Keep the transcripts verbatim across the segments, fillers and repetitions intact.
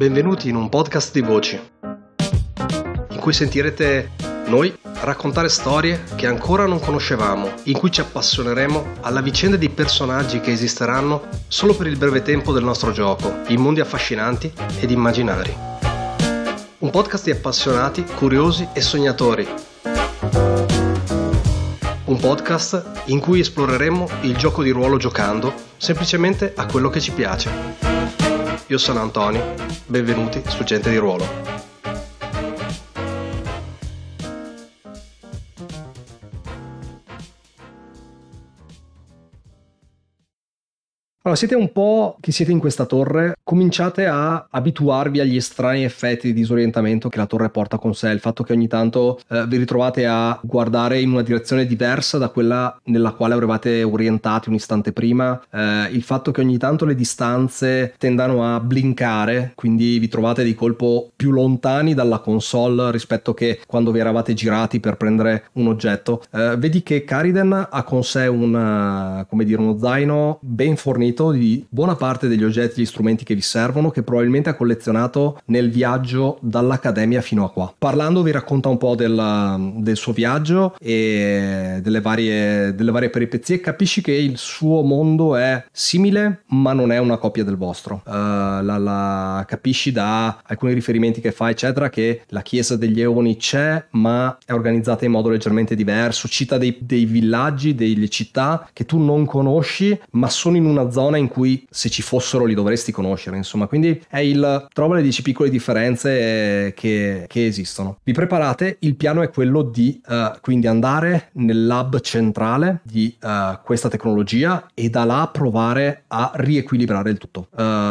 Benvenuti in un podcast di voci, in cui sentirete noi raccontare storie che ancora non conoscevamo, in cui ci appassioneremo alla vicenda di personaggi che esisteranno solo per il breve tempo del nostro gioco, in mondi affascinanti ed immaginari. Un podcast di appassionati, curiosi e sognatori. Un podcast in cui esploreremo il gioco di ruolo giocando semplicemente a quello che ci piace. Io sono Antonio, benvenuti su Gente di Ruolo. Allora, siete un po' che siete in questa torre, cominciate a abituarvi agli strani effetti di disorientamento che la torre porta con sé, il fatto che ogni tanto eh, vi ritrovate a guardare in una direzione diversa da quella nella quale eravate orientati un istante prima, eh, il fatto che ogni tanto le distanze tendano a blinkare, quindi vi trovate di colpo più lontani dalla console rispetto che quando vi eravate girati per prendere un oggetto. Eh, vedi che Cariden ha con sé un, come dire, uno zaino ben fornito di buona parte degli oggetti e gli strumenti che vi servono, che probabilmente ha collezionato nel viaggio dall'Accademia fino a qua. Parlando vi racconta un po' del, del suo viaggio e delle varie, delle varie peripezie. Capisci che il suo mondo è simile ma non è una copia del vostro. Uh, la, la capisci da alcuni riferimenti che fa eccetera, che la chiesa degli Eoni c'è ma è organizzata in modo leggermente diverso, cita dei, dei villaggi, delle città che tu non conosci ma sono in una zona in cui se ci fossero li dovresti conoscere, insomma. Quindi è il trova le dieci piccole differenze che, che esistono. Vi preparate, il piano è quello di uh, quindi andare nel lab centrale di uh, questa tecnologia e da là provare a riequilibrare il tutto.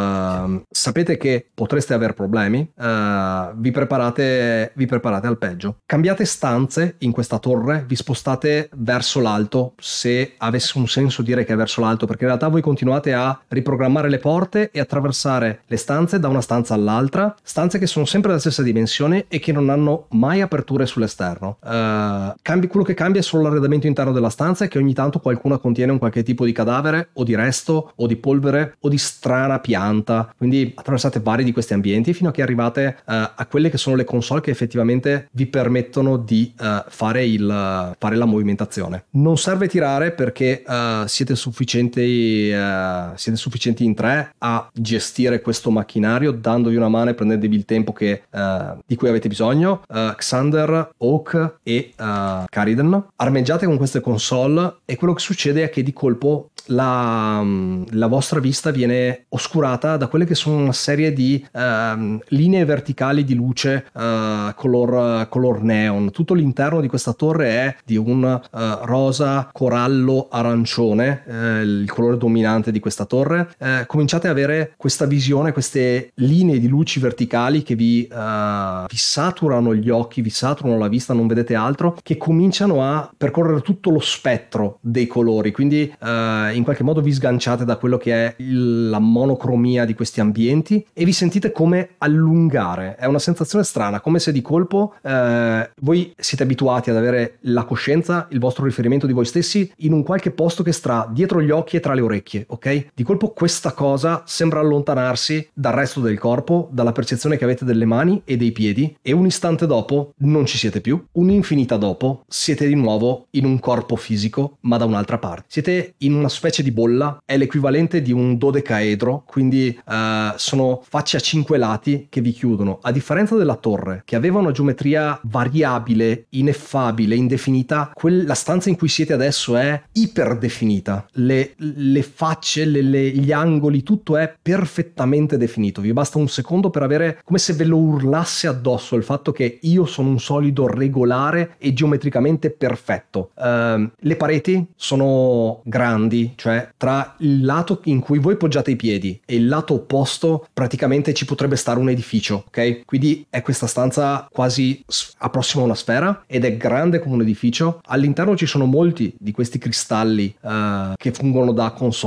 Uh, sapete che potreste avere problemi, uh, vi preparate vi preparate al peggio. Cambiate stanze in questa torre, vi spostate verso l'alto, se avesse un senso dire che è verso l'alto, perché in realtà voi continuate a riprogrammare le porte e attraversare le stanze da una stanza all'altra, stanze che sono sempre della stessa dimensione e che non hanno mai aperture sull'esterno. Uh, cambi, quello che cambia è solo l'arredamento interno della stanza e che ogni tanto qualcuna contiene un qualche tipo di cadavere o di resto o di polvere o di strana pianta. Quindi attraversate vari di questi ambienti fino a che arrivate uh, a quelle che sono le console che effettivamente vi permettono di uh, fare, il, uh, fare la movimentazione. Non serve tirare perché uh, siete sufficienti uh, siete sufficienti in tre a gestire questo macchinario, dandovi una mano e prendendovi il tempo che, uh, di cui avete bisogno. uh, Xander, Oak e uh, Cariden armeggiate con queste console e quello che succede è che di colpo la, la vostra vista viene oscurata da quelle che sono una serie di uh, linee verticali di luce uh, color, color neon. Tutto l'interno di questa torre è di un uh, rosa corallo arancione, uh, il colore dominante di questa torre. Eh, cominciate ad avere questa visione, queste linee di luci verticali che vi, uh, vi saturano gli occhi, vi saturano la vista, non vedete altro, che cominciano a percorrere tutto lo spettro dei colori, quindi uh, in qualche modo vi sganciate da quello che è il, la monocromia di questi ambienti e vi sentite come allungare. È una sensazione strana, come se di colpo uh, voi siete abituati ad avere la coscienza, il vostro riferimento di voi stessi in un qualche posto che sta dietro gli occhi e tra le orecchie, ok? Di colpo questa cosa sembra allontanarsi dal resto del corpo, dalla percezione che avete delle mani e dei piedi, e un istante dopo non ci siete più. Un'infinità dopo siete di nuovo in un corpo fisico, ma da un'altra parte. Siete in una specie di bolla, è l'equivalente di un dodecaedro, quindi uh, sono facce a cinque lati che vi chiudono. A differenza della torre, che aveva una geometria variabile, ineffabile, indefinita, quella stanza in cui siete adesso è iperdefinita. Le, le facce, le, le, gli angoli, tutto è perfettamente definito. Vi basta un secondo per avere come se ve lo urlasse addosso il fatto che io sono un solido regolare e geometricamente perfetto. Uh, le pareti sono grandi, cioè tra il lato in cui voi poggiate i piedi e il lato opposto praticamente ci potrebbe stare un edificio, ok? Quindi è questa stanza quasi a prossima a una sfera ed è grande come un edificio. All'interno ci sono molti di questi cristalli uh, che fungono da console, che fungono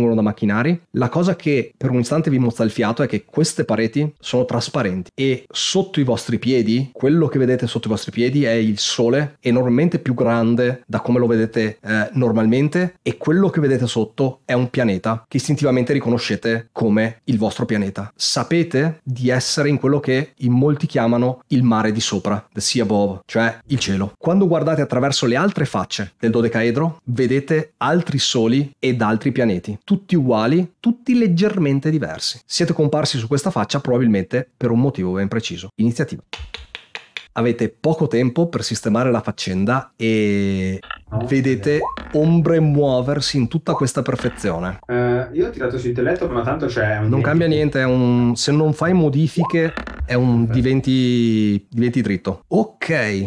vengono da macchinari. La cosa che per un istante vi mozza il fiato è che queste pareti sono trasparenti e sotto i vostri piedi, quello che vedete sotto i vostri piedi è il sole, enormemente più grande da come lo vedete eh, normalmente, e quello che vedete sotto è un pianeta che istintivamente riconoscete come il vostro pianeta. Sapete di essere in quello che in molti chiamano il mare di sopra, the sea above, cioè il cielo. Quando guardate attraverso le altre facce del dodecaedro, vedete altri soli ed altri pianeti, tutti uguali, tutti leggermente diversi. Siete comparsi su questa faccia probabilmente per un motivo ben preciso. Iniziativa. Avete poco tempo per sistemare la faccenda e vedete ombre muoversi in tutta questa perfezione. Uh, io ho tirato su intelletto, ma tanto c'è un... Non cambia niente, è un... se non fai modifiche è un diventi... diventi dritto. Ok,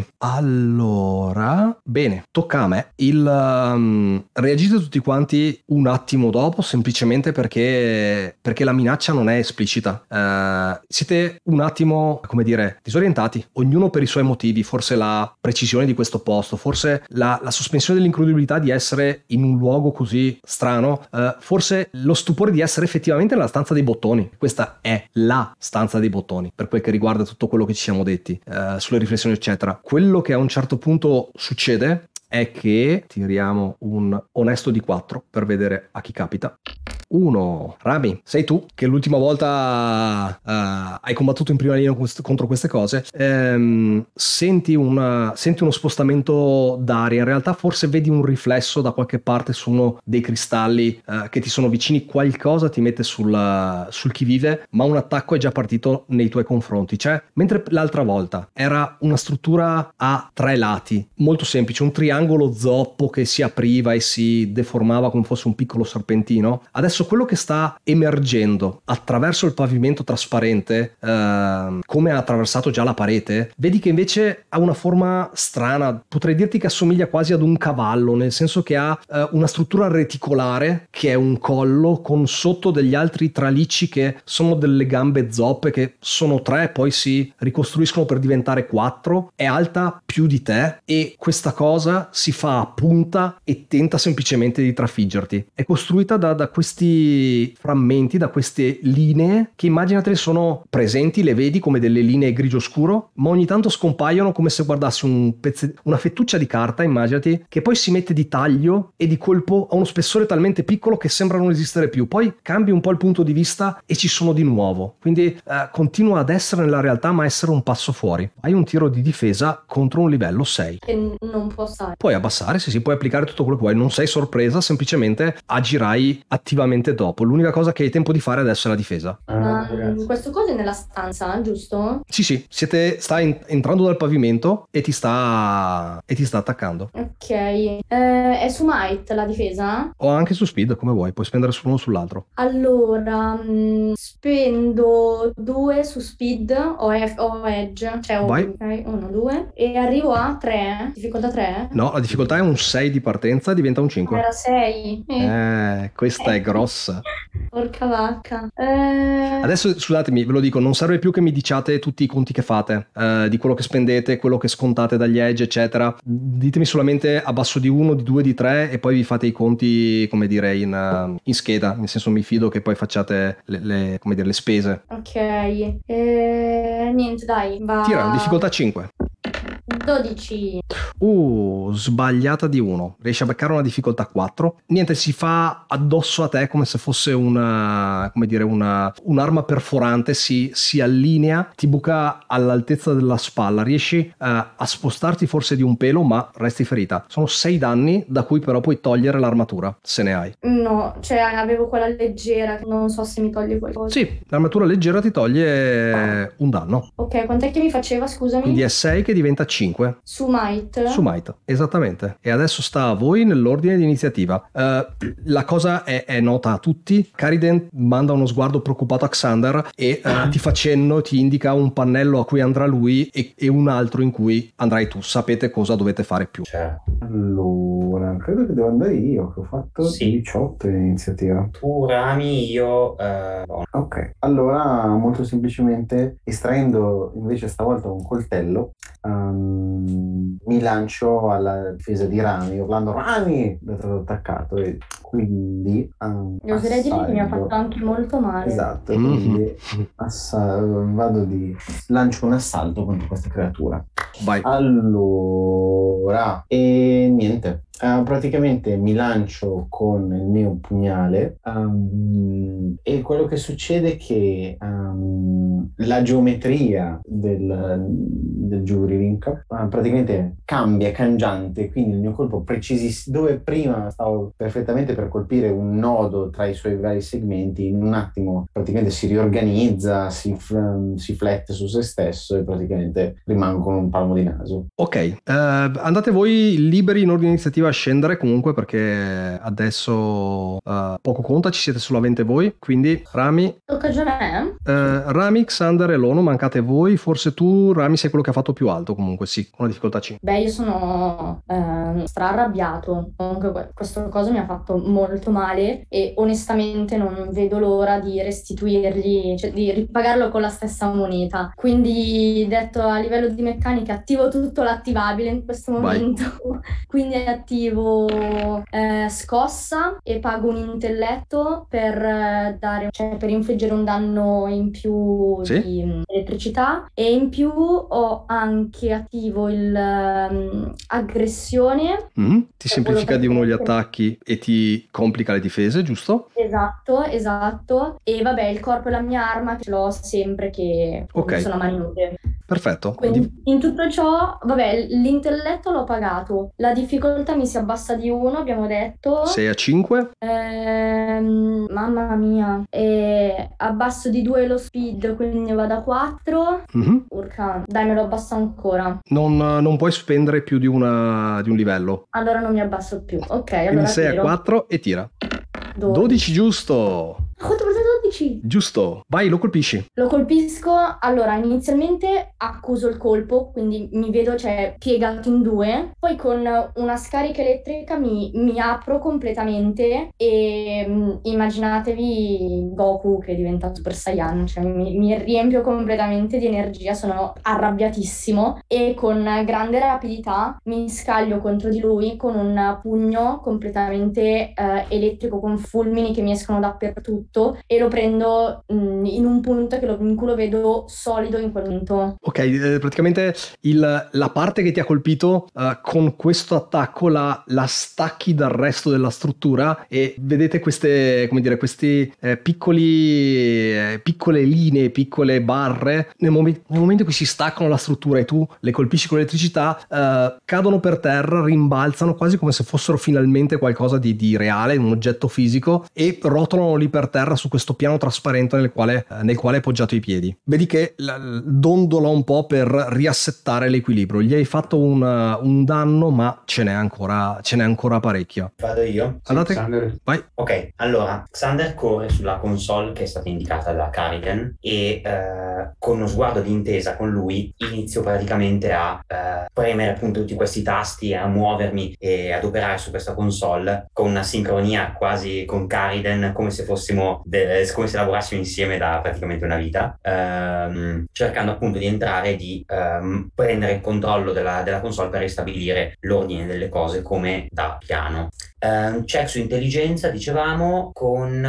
allora... Bene, tocca a me. Il... Um... Reagite tutti quanti un attimo dopo, semplicemente perché... perché la minaccia non è esplicita. Uh, siete un attimo, come dire, disorientati, ognuno per i suoi motivi, forse la precisione di questo posto, forse la, la sospensione dell'incredibilità di essere in un luogo così strano, uh, forse lo stupore di essere effettivamente nella stanza dei bottoni. Questa è la stanza dei bottoni per quel che riguarda tutto quello che ci siamo detti uh, sulle riflessioni eccetera. Quello che a un certo punto succede è che tiriamo un onesto di quattro per vedere a chi capita. Uno. Rami, sei tu che l'ultima volta uh, hai combattuto in prima linea contro queste cose. Ehm, senti, una, senti uno spostamento d'aria. In realtà forse vedi un riflesso da qualche parte su uno dei cristalli uh, che ti sono vicini. Qualcosa ti mette sul, sul chi vive, ma un attacco è già partito nei tuoi confronti. Cioè, mentre l'altra volta era una struttura a tre lati, molto semplice, un triangolo zoppo che si apriva e si deformava come fosse un piccolo serpentino, adesso quello che sta emergendo attraverso il pavimento trasparente, eh, come ha attraversato già la parete, vedi che invece ha una forma strana. Potrei dirti che assomiglia quasi ad un cavallo, nel senso che ha eh, una struttura reticolare che è un collo con sotto degli altri tralicci che sono delle gambe zoppe che sono tre, poi si ricostruiscono per diventare quattro. È alta più di te e questa cosa si fa a punta e tenta semplicemente di trafiggerti. È costruita da, da questi frammenti, da queste linee che immaginate sono presenti, le vedi come delle linee grigio scuro, ma ogni tanto scompaiono come se guardassi un pezze, una fettuccia di carta, immaginati, che poi si mette di taglio e di colpo ha uno spessore talmente piccolo che sembra non esistere più, poi cambi un po' il punto di vista e ci sono di nuovo, quindi eh, continua ad essere nella realtà ma essere un passo fuori. Hai un tiro di difesa contro un livello sei. Che non può stare. Puoi abbassare, sì, sì, puoi applicare tutto quello che vuoi, non sei sorpresa, semplicemente agirai attivamente dopo. L'unica cosa che hai tempo di fare adesso è la difesa. Ma um, questo coso è nella stanza, giusto? Sì, sì, siete, sta in, entrando dal pavimento e ti sta e ti sta attaccando. Ok, eh, è su Might la difesa? O anche su Speed, come vuoi, puoi spendere su uno o sull'altro. Allora, mh, spendo due su Speed o, F, o Edge, cioè Vai. Ok, uno, due, e arrivo a tre, difficoltà tre? No, la difficoltà è un sei di partenza e diventa un cinque. Era sei. Eh. Eh, questa è grossa. Porca vacca. Eh... Adesso scusatemi, ve lo dico, non serve più che mi diciate tutti i conti che fate, eh, di quello che spendete, quello che scontate dagli edge, eccetera. Ditemi solamente a basso di uno, di due, di tre e poi vi fate i conti, come dire, in, uh, in scheda, nel senso mi fido che poi facciate le, le, come dire, le spese. Ok, eh, niente dai, va... Tira, difficoltà cinque. dodici. Uh, sbagliata di uno. Riesci a beccare una difficoltà quattro. Niente, si fa addosso a te come se fosse una, come dire, una, un'arma perforante, si, si allinea, ti buca all'altezza della spalla. Riesci uh, a spostarti forse di un pelo, ma resti ferita. Sono sei danni da cui però puoi togliere l'armatura, se ne hai. No, cioè avevo quella leggera, non so se mi toglie qualcosa. Sì, l'armatura leggera ti toglie un danno. Ok, quant'è che mi faceva, scusami? Quindi è sei che diventa cinque. Su Might? Su Might, esattamente. E adesso sta a voi nell'ordine di iniziativa. Uh, la cosa è, è nota a tutti. Cariden manda uno sguardo preoccupato a Xander e uh, ti fa cenno, ti indica un pannello a cui andrà lui e, e un altro in cui andrai tu. Sapete cosa dovete fare più. C'è. Allora, credo che devo andare io, che ho fatto Sì. diciotto in iniziativa. Tu rami, io... eh, Ok, allora molto semplicemente, estraendo invece stavolta un coltello, um, mi lancio alla difesa di Rami, urlando Rami, da stato attaccato, e quindi um, Io oserei dire che mi ha assalgo. fatto anche molto male. Esatto, Mhm. quindi assa- vado di lancio un assalto contro questa creatura. Vai. Allora, e niente, eh, praticamente mi lancio con il mio pugnale, um, e quello che succede è che um, la geometria del, del Jury-Link uh, praticamente cambia, è cangiante, quindi il mio colpo precisissimo, dove prima stavo perfettamente per colpire un nodo tra i suoi vari segmenti, in un attimo praticamente si riorganizza, si, f- si flette su se stesso e praticamente rimango con un palmo di naso. Ok, eh, andate voi liberi in ordine di iniziativa a scendere comunque, perché adesso eh, poco conta, ci siete solamente voi, quindi Rami, Tocca già a me? eh, Rami, Xander e Lono, mancate voi, forse tu Rami sei quello che ha fatto più alto comunque, sì, con una difficoltà cinque. Beh, io sono eh, strarrabbiato, comunque que- questa cosa mi ha fatto molto male e onestamente non vedo l'ora di restituirgli, cioè di ripagarlo con la stessa moneta. Quindi, detto a livello di meccanica, attivo tutto l'attivabile in questo Vai. momento. Quindi attivo eh, scossa e pago un intelletto per eh, dare, cioè per infliggere un danno in più Sì. di mm, elettricità, e in più ho anche attivo il um, aggressione. Mhm. Ti È semplifica quello di uno gli praticamente- attacchi e ti complica le difese, giusto? Esatto, esatto. E vabbè, il corpo è la mia arma, che ce l'ho sempre che Ok. sono a mani nude. Perfetto. Quindi Di- in tutto ciò, vabbè, l'intelletto l'ho pagato, la difficoltà mi si abbassa di uno, abbiamo detto. sei a cinque. Ehm, mamma mia, e abbasso di due lo speed, quindi vado a quattro. Mhm. Urca, dai, me lo abbasso ancora. Non, non puoi spendere più di, una, di un livello. Allora non mi abbasso più. Ok, Quindi allora sei a tiro. quattro e tira. dodici. dodici, giusto. quattro per dodici. Giusto. Vai, lo colpisci. Lo colpisco, allora inizialmente accuso il colpo, quindi mi vedo, cioè, piegato in due, poi con una scarica elettrica mi, mi apro completamente e mh, immaginatevi Goku che diventa Super Saiyan, cioè mi, mi riempio completamente di energia, sono arrabbiatissimo e con grande rapidità mi scaglio contro di lui con un pugno completamente eh, elettrico con fulmini che mi escono dappertutto e lo prendo mh, in un punto che lo, in cui lo vedo solido in quel momento. Ok, eh, praticamente il- la parte che ti ha colpito eh, con questo attacco la, la stacchi dal resto della struttura e vedete queste, come dire, questi eh, piccoli, eh, piccole linee, piccole barre. Nel, momen- nel momento in cui si staccano la struttura e tu le colpisci con l'elettricità, eh, cadono per terra, rimbalzano quasi come se fossero finalmente qualcosa di, di reale, un oggetto fisico, e rotolano lì per terra su questo piano trasparente nel quale, eh, nel quale hai poggiato i piedi. Vedi che l- dondola un po' per riassettare l'equilibrio. Gli hai fatto un, un danno, ma ce n'è ancora, ce n'è ancora parecchio. Vado io? Sì, Andate, Xander. vai. Ok, allora, Xander corre sulla console che è stata indicata da Carrigan e eh, con uno sguardo di intesa con lui inizio praticamente a eh, premere appunto tutti questi tasti, a muovermi e ad operare su questa console con una sincronia quasi con Carrigan, come se fossimo de- come se lavorassimo insieme da praticamente una vita, ehm, cercando appunto di entrare e di ehm, prendere il controllo della, della console per ristabilire l'ordine delle cose come da piano. Uh, check su intelligenza, dicevamo, con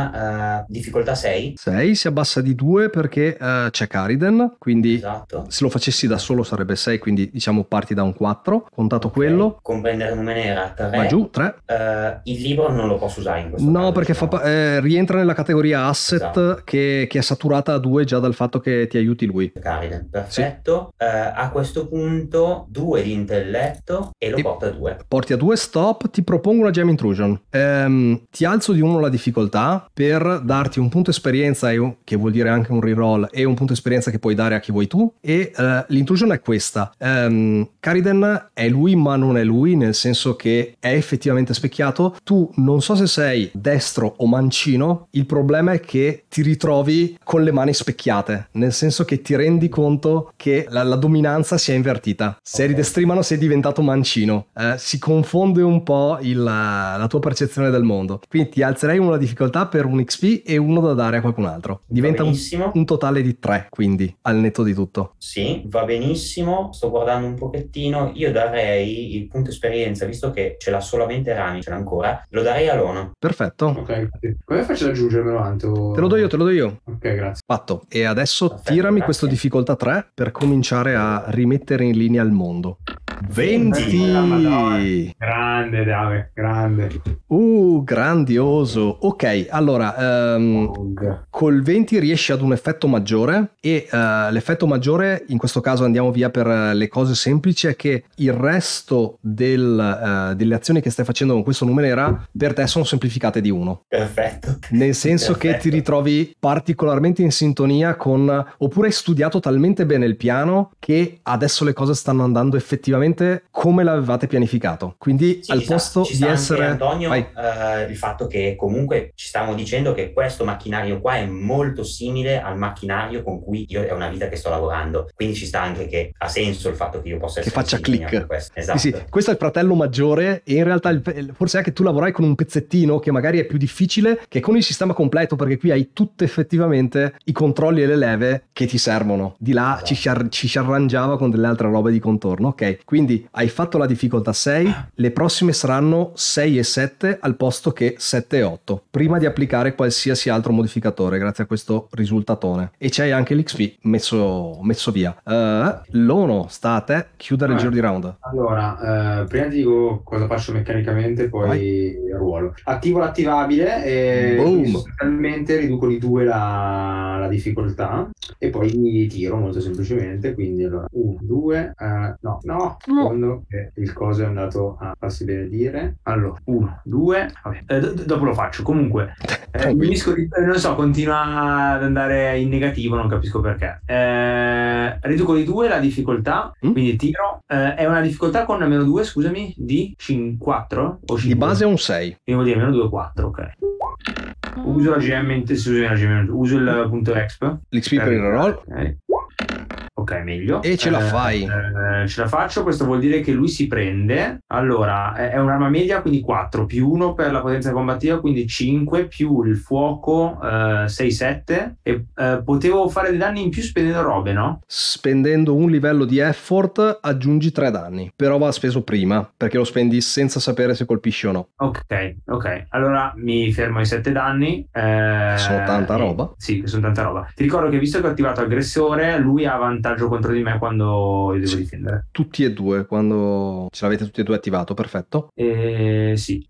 uh, difficoltà sei. sei, si abbassa di due perché eh, c'è Cariden, quindi Esatto. se lo facessi da solo sarebbe sei, quindi diciamo parti da un quattro, contato Ok. quello, Comprendere nume nera tre. va giù, tre. Uh, il libro non lo posso usare in questo No, caso, perché fa diciamo. pa- eh, rientra nella categoria asset, Esatto. che, che è saturata a due già dal fatto che ti aiuti lui. Cariden, perfetto. Uh, a questo punto due di intelletto e lo Ti- porta a due. Porti a due, stop, ti propongo una gem intrusion. Ehm, ti alzo di uno la difficoltà per darti un punto esperienza, e un- che vuol dire anche un reroll, e un punto esperienza che puoi dare a chi vuoi tu. E eh, l'intrusion è questa. Ehm, Cariden è lui ma non è lui, nel senso che è effettivamente specchiato. Tu non so se sei destro o mancino, il problema è che ti ritrovi con le mani specchiate, nel senso che ti rendi conto che la, la dominanza si è invertita. Se eri Ok. destrimano sei diventato mancino. Eh, si confonde un po' il, la, la tua percezione del mondo. Quindi ti alzerei una difficoltà per un X P e uno da dare a qualcun altro. Diventa un, un totale di tre, quindi, al netto di tutto. Sì, va benissimo. Sto guardando un pochettino. Io darei il punto esperienza, visto che ce l'ha solamente Rami, ce l'ha ancora, lo darei a Lono. Perfetto. Ok, come faccio ad aggiungermelo Anto? Te lo do io, te lo do io. Ok, grazie. Fatto. E adesso Perfetto, tirami grazie. questo difficoltà tre per cominciare a rimettere in linea il mondo. venti! Grande, Dave, grande. Uh, grandioso. Ok, allora, um, col venti riesci ad un effetto maggiore e uh, l'effetto maggiore, in questo caso andiamo via per le cose semplici, è che il resto del, uh, delle azioni che stai facendo con questo numenera per te sono semplificate di uno. Perfetto. Nel senso Perfetto. che ti ritrovi particolarmente in sintonia con, oppure hai studiato talmente bene il piano che adesso le cose stanno andando effettivamente come l'avevate pianificato. Quindi Sì, al ci sta- posto ci di sta anche, essere... Antonio, Vai. eh, il fatto che comunque ci stiamo dicendo che questo macchinario qua è molto simile al macchinario con cui io è una vita che sto lavorando, quindi ci sta anche che ha senso il fatto che io possa Che essere faccia sintonia click. con questo. Esatto. Sì, sì, questo è il fratello maggiore e in realtà il- forse anche tu lavorai con un pezzettino che magari è più difficile che con il sistema completo, perché qui hai tutte effettivamente i controlli e le leve che ti servono. Di là Esatto. ci, si ar- ci si arrangiava con delle altre robe di contorno. Ok, quindi hai fatto la difficoltà sei, le prossime saranno sei e sette al posto che sette e otto, prima di applicare qualsiasi altro modificatore grazie a questo risultatone. E c'hai anche l'X P messo, messo via. Uh, Lono, sta a te chiudere il Eh. giro di round. Allora, eh, prima ti dico cosa faccio meccanicamente, poi Vai. ruolo. Attivo l'attivabile e Boom. quindi sostanzialmente riduco di due la, la difficoltà e poi tiro molto semplicemente. Quindi allora, uno, due, eh, no, no, secondo che il coso è andato a farsi benedire. Allora, uno, due, vabbè, eh, do- dopo lo faccio. Comunque, eh, Tranquillo. il disco di- eh, non so, continua ad andare in negativo, non capisco perché. Eh, riduco di due la difficoltà, Mm? quindi tiro. Eh, è una difficoltà con meno due, scusami, di cinque, quattro o cinque? Di base è un sei. Quindi vuol dire meno due, quattro, ok. Uso la G M, in- se uso la G M, uso il punto exp. L'X P per il reroll. Ok. Ok, meglio. E ce la Eh, fai. eh, ce la faccio, questo vuol dire che lui si prende. Allora, è è un'arma media, quindi quattro, più uno per la potenza combattiva, quindi cinque, più il fuoco, eh, sei, sette. E eh, potevo fare dei danni in più spendendo robe, no? Spendendo un livello di effort aggiungi tre danni, però va speso prima perché lo spendi senza sapere se colpisci o no. Ok, ok. Allora mi fermo ai sette danni. eh, Che sono tanta e- roba. Sì, che sono tanta roba. Ti ricordo che visto che ho attivato aggressore, lui ha vantaggio contro di me quando io devo Sì. difendere. Tutti e due, quando ce l'avete tutti e due attivato, perfetto. Eh, sì,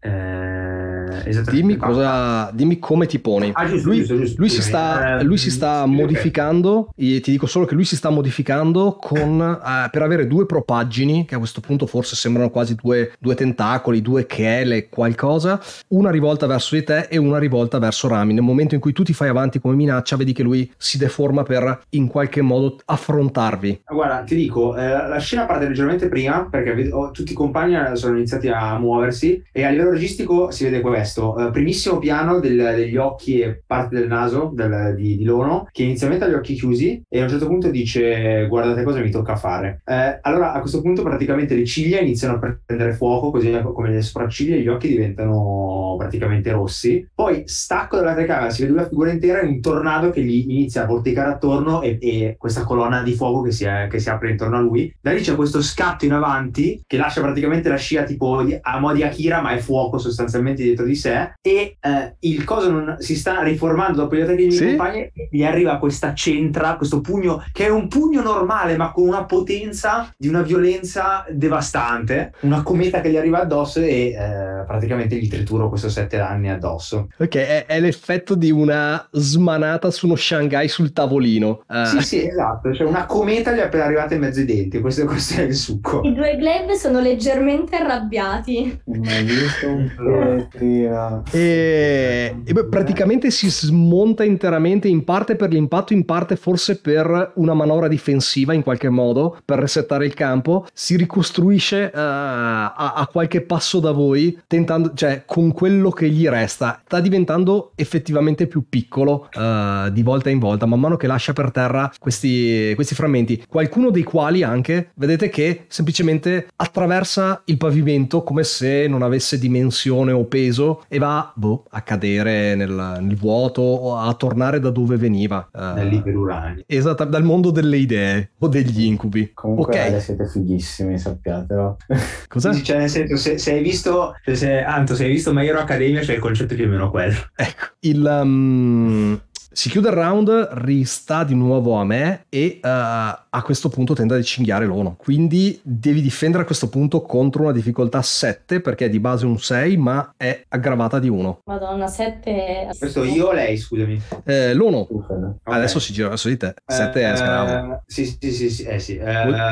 eh, esattamente. Dimmi Basta. cosa, dimmi come ti poni. Ah, giusto, lui, giusto, giusto, lui si scusami. sta, Eh, lui si sta sì, ok. modificando, e ti dico solo che lui si sta modificando con, eh, per avere due propaggini, che a questo punto forse sembrano quasi due, due tentacoli, due chele, qualcosa, una rivolta verso di te e una rivolta verso Rami. Nel momento in cui tu ti fai avanti come minaccia, vedi che lui si deforma per in qualche modo affrontarvi. Guarda, ti dico, eh, la scena parte leggermente prima perché ved- ho- tutti i compagni sono iniziati a muoversi e a livello registico si vede questo. Eh, primissimo piano del- degli occhi e parte del naso del- di, di Lono, che inizialmente ha gli occhi chiusi e a un certo punto dice guardate cosa mi tocca fare. Eh, allora a questo punto praticamente le ciglia iniziano a prendere fuoco, così come le sopracciglia e gli occhi diventano praticamente rossi. Poi stacco dalla telecamera, si vede una figura intera in un tornado che gli inizia a vorticare attorno e, e questa colonna di fuoco che si, è- che si apre intorno a lui. Da lì c'è questo scatto in avanti che lascia praticamente la scia tipo di- a mo' di Akira, ma è fuoco sostanzialmente dietro di sé e eh, il coso non, si sta riformando dopo gli attacchi dei miei Sì? compagni e gli arriva questa centra, questo pugno che è un pugno normale ma con una potenza di una violenza devastante, una cometa che gli arriva addosso e eh, praticamente gli trituro questo sette danni addosso. Ok, è, è l'effetto di una smanata su uno Shanghai sul tavolino. Eh, Sì, sì, esatto, cioè una cometa gli è appena arrivata in mezzo ai denti, questo, questo è il succo. I due glaive sono leggermente arrabbiati. Ma hai visto un po' no. E, e beh, praticamente si smonta interamente, in parte per l'impatto, in parte forse per una manovra difensiva in qualche modo, per resettare il campo. Si ricostruisce uh, a, a qualche passo da voi, tentando, cioè con quello che gli resta. Sta diventando effettivamente più piccolo uh, di volta in volta, man mano che lascia per terra questi, questi frammenti, qualcuno dei quali anche vedete che semplicemente attraversa il pavimento come se non avesse dimensione o peso e va boh, a cadere nel, nel vuoto o a tornare da dove veniva, uh, dall'iperuranio, esatto, dal mondo delle idee o degli incubi. Comunque ok, Ale, siete fighissimi, sappiatelo. Cos'è? Cioè, nel senso, se, se hai visto, se, Anto, se hai visto My Hero Academia, c'è il concetto più o meno quello. Ecco, il um, si chiude il round, rista di nuovo a me e uh, a questo punto tende ad cinghiare l'Ono. Quindi devi difendere a questo punto contro una difficoltà sette, perché è di base un sei, ma è aggravata di uno. Madonna, sette. Questo io o lei, scusami? Eh, L'Ono. Okay. Adesso si gira verso di te. sette eh, è sgravo. Sì, sì, sì, sì, eh, sì.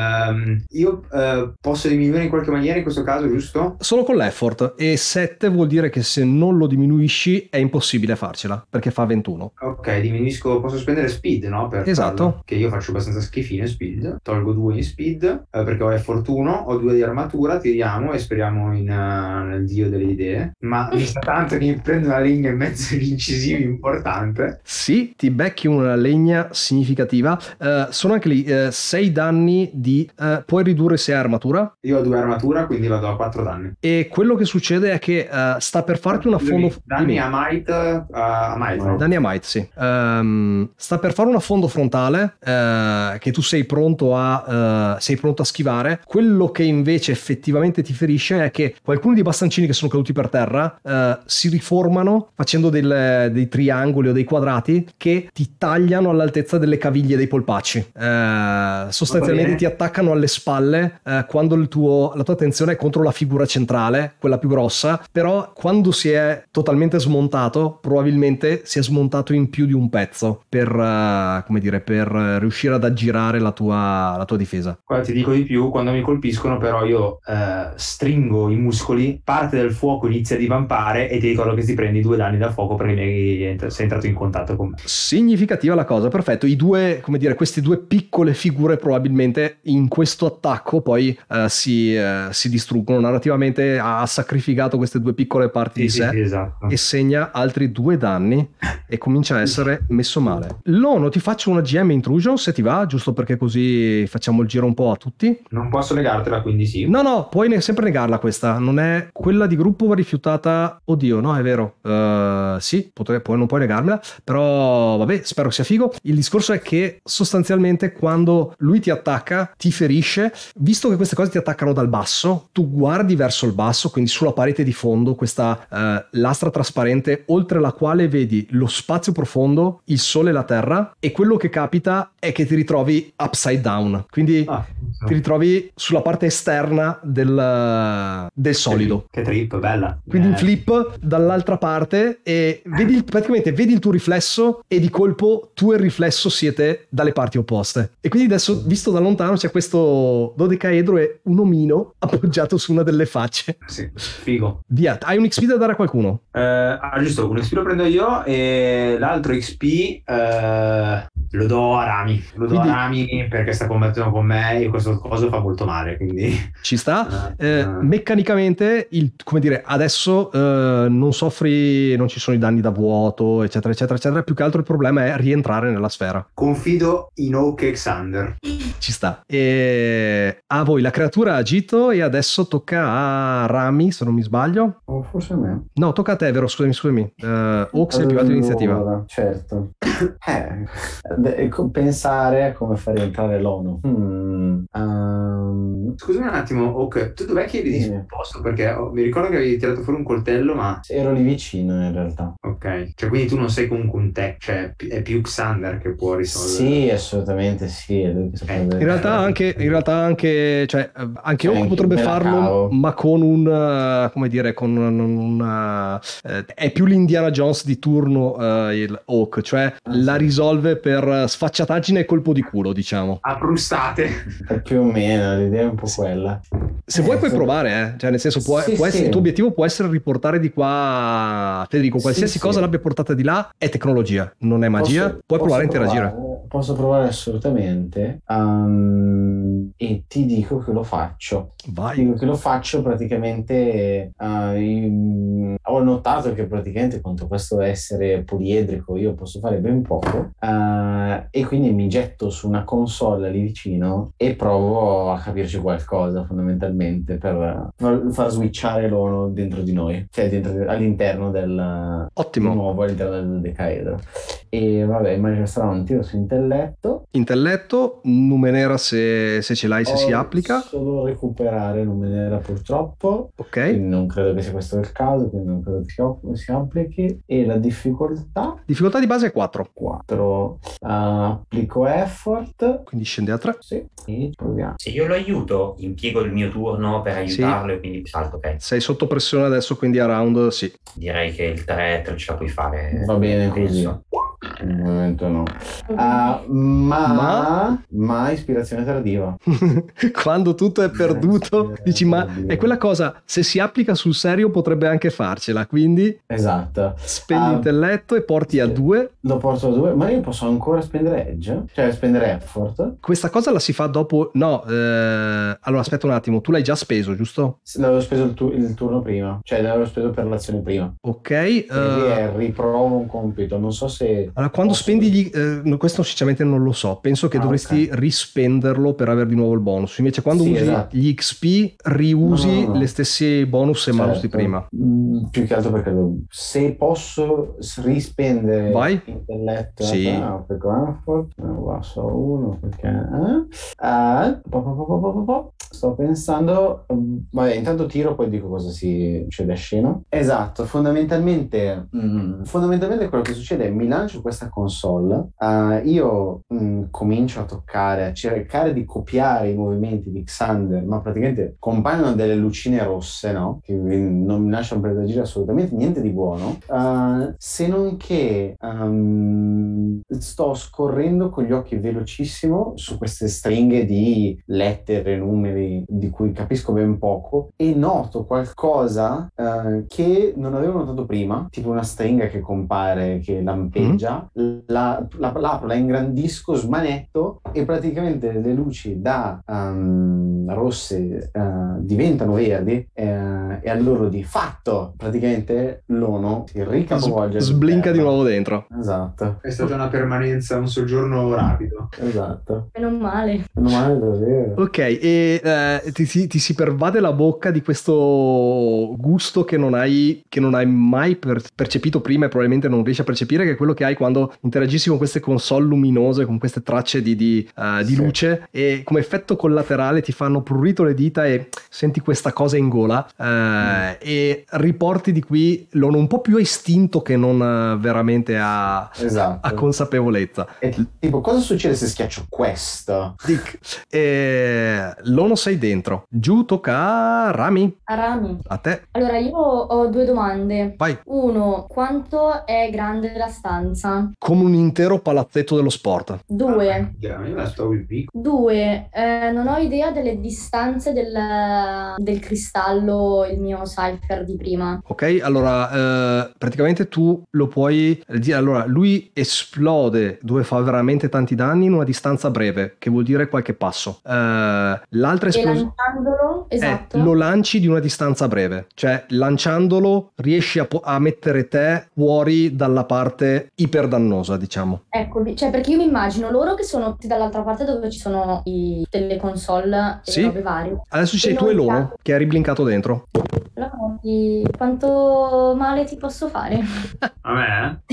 Uh, io uh, posso diminuire in qualche maniera in questo caso, giusto? Solo con l'effort. E sette vuol dire che se non lo diminuisci è impossibile farcela, perché fa ventuno. Ok, diminuisco, posso spendere speed, no? Per esatto. Farlo, che io faccio abbastanza schifino in speed. Tolgo due in speed, eh, perché ho effort uno, ho due di armatura, tiriamo e speriamo in, uh, nel dio delle idee. Ma mi sa tanto che mi prendo una legna in mezzo agli incisivi importante. Sì, ti becchi una legna significativa. Uh, sono anche lì uh, sei danni di... Uh, puoi ridurre se hai armatura. Io ho due armatura, quindi vado a quattro danni. E quello che succede è che uh, sta per farti una fondo... Danni a might, uh, a might. Danni a might, sì. Um, sta per fare una fondo frontale uh, che tu sei pronto a uh, sei pronto a schivare. Quello che invece effettivamente ti ferisce è che qualcuno dei bastoncini che sono caduti per terra uh, si riformano facendo del, dei triangoli o dei quadrati che ti tagliano all'altezza delle caviglie dei polpacci. Uh, sostanzialmente ti attaccano alle spalle uh, quando il tuo, la tua attenzione è contro la figura centrale, quella più grossa, però quando si è totalmente smontato probabilmente si è smontato in più di un pezzo per, uh, come dire, per riuscire ad aggirare la tua, la tua difesa. Guarda, ti dico di più, quando mi colpiscono però io uh, stringo i muscoli, parte del fuoco inizia a divampare e ti ricordo che ti prendi due danni da fuoco perché mi sei entrato in contatto con me. Significativa la cosa, perfetto. I due, come dire, queste due piccole figure probabilmente in questo attacco poi uh, si, uh, si distruggono. Narrativamente ha sacrificato queste due piccole parti sì, di sì, sé sì, esatto. E segna altri due danni e comincia a essere messo male. Lono, ti faccio una G M intrusion se ti va, giusto perché così facciamo il giro un po' a tutti. Non posso negartela, quindi sì. No, no, puoi ne- sempre negarla questa. Non è quella di gruppo, va rifiutata. Oddio, no, è vero. Uh, sì, potrei, poi non puoi negarmela, però vabbè, spero sia figo. Il discorso è che sostanzialmente quando lui ti attacca, ti ferisce. Visto che queste cose ti attaccano dal basso, tu guardi verso il basso, quindi sulla parete di fondo, questa uh, lastra trasparente oltre la quale vedi lo spazio profondo, il sole e la terra, e quello che capita è che ti ritrovi upside down, quindi ah, so. ti ritrovi sulla parte esterna del, del solido. Che trip, bella. Quindi eh. in flip dall'altra parte e vedi praticamente vedi il tuo riflesso e di colpo tu e il riflesso siete dalle parti opposte. E quindi adesso, visto da lontano, c'è questo dodecaedro e un omino appoggiato su una delle facce. Sì, figo. Via, hai un X P da dare a qualcuno? Eh, ah, giusto, un X P lo prendo io e l'altro X P eh, lo do a Rami. Lo do quindi, a Rami perché sta combattendo con me e questo coso fa molto male, quindi... Ci sta. Uh, eh, uh. Meccanicamente, il, come dire, adesso uh, non soffri, non ci sono i danni da vuoto, eccetera, eccetera, eccetera. Più che altro il problema è rientrare nella sfera. Confido in Oak e Xander. Ci sta. E a voi la creatura ha agito e adesso tocca a Rami, se non mi sbaglio. O oh, forse a me. No, tocca a te, vero? Scusami, scusami. Uh, Oak sei più alto iniziativa. Certo. eh, pensare a come far rientrare l'O N U. Hmm. Um... Scusami un attimo, Oak, tu dov'è che eri disposto? Perché oh, mi ricordo che avevi tirato fuori un coltello, ma... Ero lì vicino in realtà. Ok, cioè quindi tu non sei comunque un tech, cioè è più Xander che può risolvere. Sì, assolutamente sì. È lui che eh. In realtà anche, in realtà anche, cioè anche cioè, Oak potrebbe farlo, cavo. ma con un, uh, come dire, con un, un uh, è più l'Indiana Jones di turno uh, il Oak, cioè ah, la sì. risolve per sfacciataggine e colpo di culo, diciamo. A frustate. Più o meno, l'idea è un po' quella. Se vuoi puoi provare, eh? Cioè nel senso può, Sì, può essere, sì. il tuo obiettivo può essere riportare di qua, Federico, qualsiasi Sì, cosa sì. l'abbia portata di là è tecnologia, non è magia, Posso- puoi posso provare a interagire. provare, Posso provare assolutamente. Um, e ti dico che lo faccio. Vai. Dico che lo faccio praticamente. uh, in- ho notato che praticamente contro questo essere poliedrico io posso fare ben poco. uh, e quindi mi getto su una console lì vicino e provo a capirci qualcosa fondamentalmente per far, far switchare l'ono dentro di noi, cioè dentro, all'interno del Ottimo. di nuovo all'interno del decaedro. E vabbè, immagino sarà un tiro su intelletto. Intelletto, Numenera se, se ce l'hai, se si Ho applica. solo recuperare Numenera purtroppo, Ok. quindi non credo che sia questo il caso, quindi non credo che si, op- si applichi. E la difficoltà Difficoltà di base è quattro, quattro. Applico effort. quindi scende a tre. Sì, e proviamo. Se io lo aiuto, impiego il mio turno per aiutarlo e quindi salto, ok? Sei sotto pressione adesso, quindi a round sì. Direi che il tre te ce la puoi fare. Va bene così. penso. Al momento no. Ah, ma, Ma? ma ispirazione tardiva. Quando tutto è perduto, Sì, dici ma sì. è quella cosa, se si applica sul serio potrebbe anche farcela, quindi Esatto. spendi Ah, intelletto e porti a sì. due. Lo porto a due, ma io posso ancora spendere edge? Cioè spendere effort? Questa cosa la si fa dopo, no, eh, allora aspetta un attimo, tu l'hai già speso, giusto? L'avevo speso il, tu- il turno prima, cioè l'avevo speso per l'azione prima. Ok, E lì eh, è riprovo un compito, non so se... allora quando posso- spendi gli, eh, no, questo sinceramente non lo so, penso che Ah, dovresti ok. rispenderlo per avere di nuovo il bonus, invece quando Sì, usi esatto. gli X P riusi No, no, no. le stesse bonus e malus di Certo. prima. Mm, più che altro perché lo- se posso s- rispendere Vai. intelletto, Sì. ah, per effort, ne passo uno perché eh? Ah, po- po- po- po- po- po- po. Sto pensando, mm, vabbè, intanto tiro, poi dico cosa si succede a scena. Esatto, fondamentalmente, mm, fondamentalmente quello che succede è mi lancio questa console, ah, io mm, comincio a toccare, a cercare di copiare i movimenti di Xander, ma praticamente compaiono delle lucine rosse, no? Che non mi lasciano presagire assolutamente niente di buono, uh, se non che um, sto scorrendo con gli occhi velocissimo su queste stringhe di lettere, numeri di cui capisco ben poco e noto qualcosa uh, che non avevo notato prima, tipo una stringa che compare, che lampeggia, mm-hmm. la, la, l'apro, la ingrandisco, smanetto e praticamente le luci da um, rosse uh, diventano verdi uh, e allora di fatto praticamente l'ono si ricapovolge, S- sblinca di nuovo dentro. Esatto, È stata una permanenza, un soggiorno rapido. esatto. Meno male. Meno male davvero. Ok, e eh, ti, ti, ti si pervade la bocca di questo gusto che non hai, che non hai mai per, percepito prima e probabilmente non riesci a percepire, che è quello che hai quando interagisci con queste console luminose, con queste tracce di, di, uh, di Sì. luce, e come effetto collaterale ti fanno prurito le dita e senti questa cosa in gola uh, mm. e riporti di qui l'ono un po' più istinto che non uh, veramente a, esatto. a consapevolezza. E tipo, cosa succede se schiaccio questo? Dic, eh, l'ono sei dentro. Giù tocca a Rami. A Rami. A te. Allora, io ho due domande. Vai. Uno, quanto è grande la stanza? Come un intero palazzetto dello sport. Due. Io me la sto più piccola. Due, eh, non ho idea delle distanze del, del cristallo, il mio cipher di prima. Ok, allora eh, praticamente tu lo puoi dire. Allora, lui esplode dove fa veramente tanti danni in una distanza breve, che vuol dire qualche passo. Eh, l'altra E esplosione. lanciandolo, esatto. Eh, lo lanci di una distanza breve, cioè lanciandolo riesci a, po- a mettere te fuori dalla parte iperdannosa, diciamo. Ecco, cioè perché io mi immagino loro che sono tutti dall'altra parte dove ci sono i, delle console e Sì. le robe varie. Adesso sei E tu e noi l'uomo che è riblincato dentro. Allora, di- quanto male ti posso fare? A me?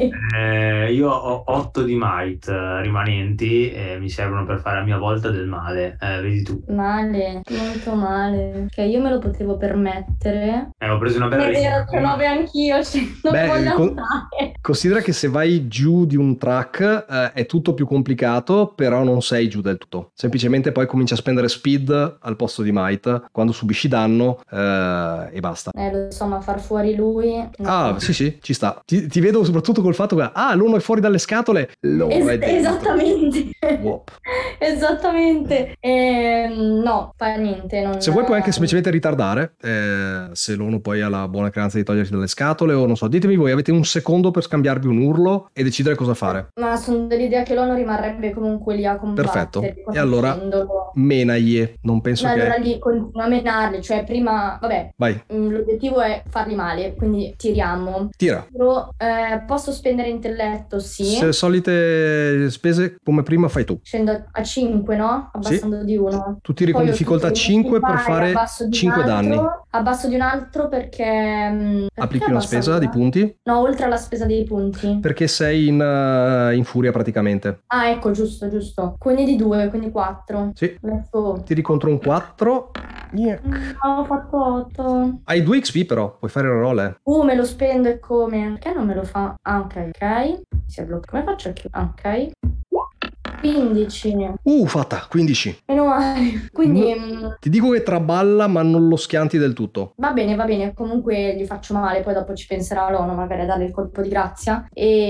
Eh, io ho otto di might eh, rimanenti e mi servono per fare a mia volta del male. Eh, vedi tu. Male, molto male. Che io me lo potevo permettere. Eh, ho preso una bella È vero, risata. ce nove anch'io, cioè, non Beh, voglio con- andare. Considera che se vai giù di un track eh, è tutto più complicato, però non sei giù del tutto. Semplicemente poi cominci a spendere speed al posto di might quando subisci danno eh, e basta. basta. Eh, lo so, ma far fuori lui... no. Ah, sì, sì, ci sta. Ti, ti vedo soprattutto col fatto che, ah, l'uno è fuori dalle scatole, l'uno Es- è dentro. esattamente. Wop. Esattamente. Ehm, no, fa niente. Non... Se vuoi puoi anche semplicemente ritardare, eh, se l'uno poi ha la buona creanza di togliersi dalle scatole o non so, ditemi voi, avete un secondo per scambiarvi un urlo e decidere cosa fare. Ma sono dell'idea che l'uomo rimarrebbe comunque lì a combattere. Perfetto. E allora conoscendolo. menagli, non penso Ma che... allora lì continua a menarli, cioè prima, vabbè, Vai, mh, l'obiettivo è farli male, quindi tiriamo. tira. Però, eh, posso spendere intelletto, sì. Se solite spese come prima fai tu. Scendo a cinque, no? Abbassando di uno. Tu tiri con Poi ho difficoltà tutti i cinque per vai, fare abbasso di cinque un altro, danni. Abbasso di un altro perché... mh, perché Applichi una abbasso spesa di allora? punti No, oltre alla spesa dei punti. perché sei in, uh, in furia praticamente. Ah, ecco, giusto, giusto. Quindi di due, quindi quattro. Sì. Let's go. Tiri contro un quattro. Niak. Mm, ho fatto otto. Hai due X P però, puoi fare il roll, eh. Uh, me lo spendo e come? Perché non me lo fa? Ah, ok, ok. Si è bloccato. Come faccio a chiudere? Ah, ok. quindici. Uh, fatta, quindici. Meno male. Quindi mh, Ti dico che traballa ma non lo schianti del tutto. va bene, va bene. Comunque gli faccio male, poi dopo ci penserà l'Ono magari a darle il colpo di grazia.